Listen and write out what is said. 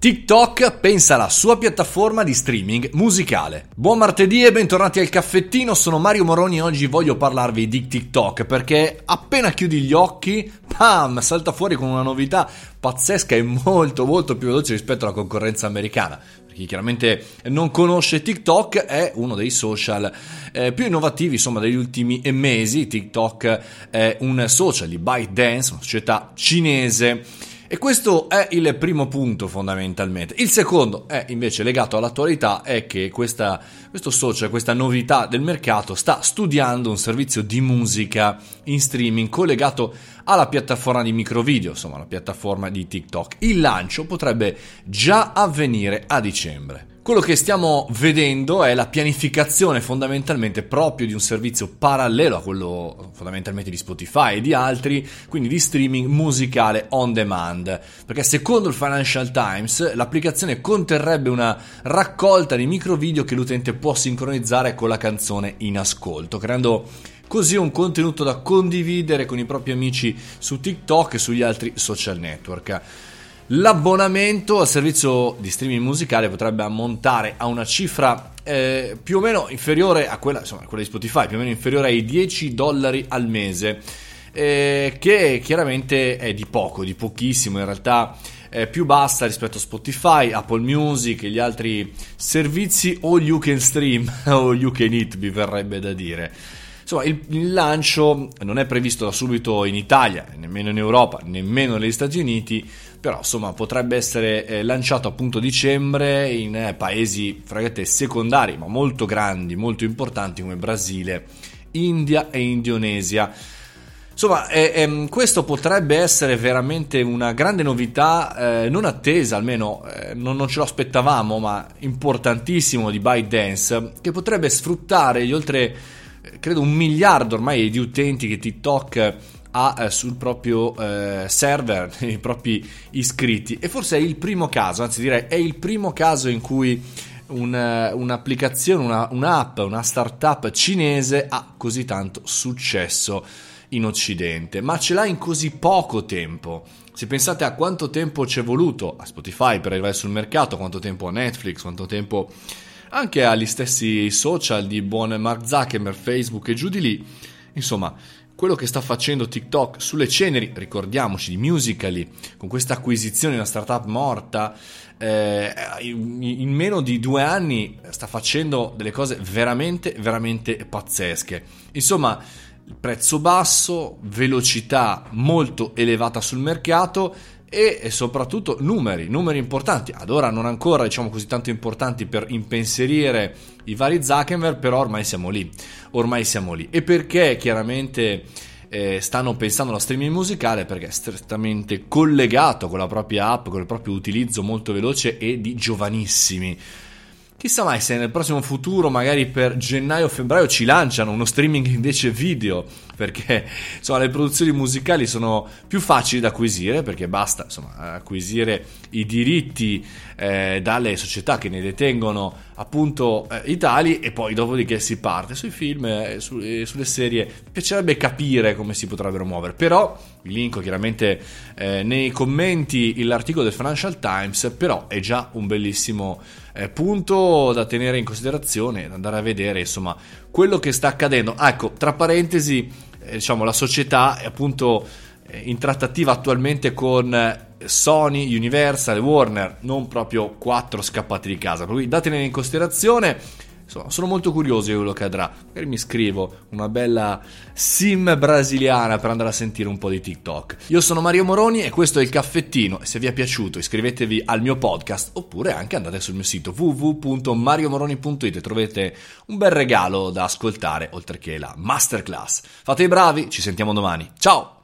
TikTok pensa alla sua piattaforma di streaming musicale. Buon martedì e bentornati al caffettino, sono Mario Moroni e oggi voglio parlarvi di TikTok perché appena chiudi gli occhi, pam, salta fuori con una novità pazzesca e molto più veloce rispetto alla concorrenza americana. Per chi chiaramente non conosce TikTok, è uno dei social più innovativi degli ultimi mesi. TikTok è un social di ByteDance, una società cinese. E questo è il primo punto fondamentalmente. Il secondo è invece legato all'attualità, è che questo social, questa novità del mercato, sta studiando un servizio di musica in streaming collegato alla piattaforma di microvideo, insomma la piattaforma di TikTok. Il lancio potrebbe già avvenire a dicembre. Quello che stiamo vedendo è la pianificazione fondamentalmente proprio di un servizio parallelo a quello fondamentalmente di Spotify e di altri, quindi di streaming musicale on demand, perché secondo il Financial Times l'applicazione conterrebbe una raccolta di microvideo che l'utente può sincronizzare con la canzone in ascolto, creando così un contenuto da condividere con i propri amici su TikTok e sugli altri social network. L'abbonamento al servizio di streaming musicale potrebbe ammontare a una cifra più o meno inferiore a quella di Spotify, più o meno inferiore ai $10 al mese, che chiaramente è di poco, di pochissimo, in realtà è più bassa rispetto a Spotify, Apple Music e gli altri servizi all you can stream o all you can eat, mi verrebbe da dire. Insomma, il lancio non è previsto da subito in Italia, nemmeno in Europa, nemmeno negli Stati Uniti, però insomma potrebbe essere lanciato appunto a dicembre in paesi secondari, ma molto grandi, molto importanti come Brasile, India e Indonesia. Insomma, questo potrebbe essere veramente una grande novità, non attesa, almeno non ce lo aspettavamo, ma importantissimo di ByteDance, che potrebbe sfruttare gli oltre credo 1 miliardo ormai di utenti che TikTok ha sul proprio server, i propri iscritti, e forse è il primo caso, anzi direi è il primo caso in cui un'applicazione, un'app, una startup cinese ha così tanto successo in Occidente, ma ce l'ha in così poco tempo. Se pensate a quanto tempo ci è voluto a Spotify per arrivare sul mercato, quanto tempo a Netflix, quanto tempo anche agli stessi social di buon Mark Zuckerberg, Facebook e giù di lì, insomma, quello che sta facendo TikTok sulle ceneri, ricordiamoci, di Musical.ly, con questa acquisizione di una startup morta, in meno di 2 anni sta facendo delle cose veramente pazzesche. Insomma, prezzo basso, velocità molto elevata sul mercato e soprattutto numeri importanti, ad ora non ancora così tanto importanti per impensierire i vari Zuckerberg, però ormai siamo lì. E perché chiaramente stanno pensando allo streaming musicale? Perché è strettamente collegato con la propria app, con il proprio utilizzo molto veloce e di giovanissimi. Chissà mai se nel prossimo futuro, magari per gennaio o febbraio, ci lanciano uno streaming invece video, perché le produzioni musicali sono più facili da acquisire, perché basta acquisire i diritti dalle società che ne detengono appunto i tali, e poi dopodiché si parte sui film e sulle serie. Piacerebbe capire come si potrebbero muovere, però vi linko chiaramente nei commenti l'articolo del Financial Times, però è già un bellissimo punto da tenere in considerazione, da andare a vedere insomma quello che sta accadendo. Ecco, tra parentesi, la società è appunto in trattativa attualmente con Sony, Universal e Warner, non proprio 4 scappati di casa, per cui da tenere in considerazione. Sono molto curioso di quello che accadrà. Magari mi scrivo una bella sim brasiliana per andare a sentire un po' di TikTok. Io sono Mario Moroni e questo è il caffettino, e se vi è piaciuto iscrivetevi al mio podcast, oppure anche andate sul mio sito www.mariomoroni.it e trovate un bel regalo da ascoltare, oltre che la masterclass. Fate i bravi, ci sentiamo domani. Ciao!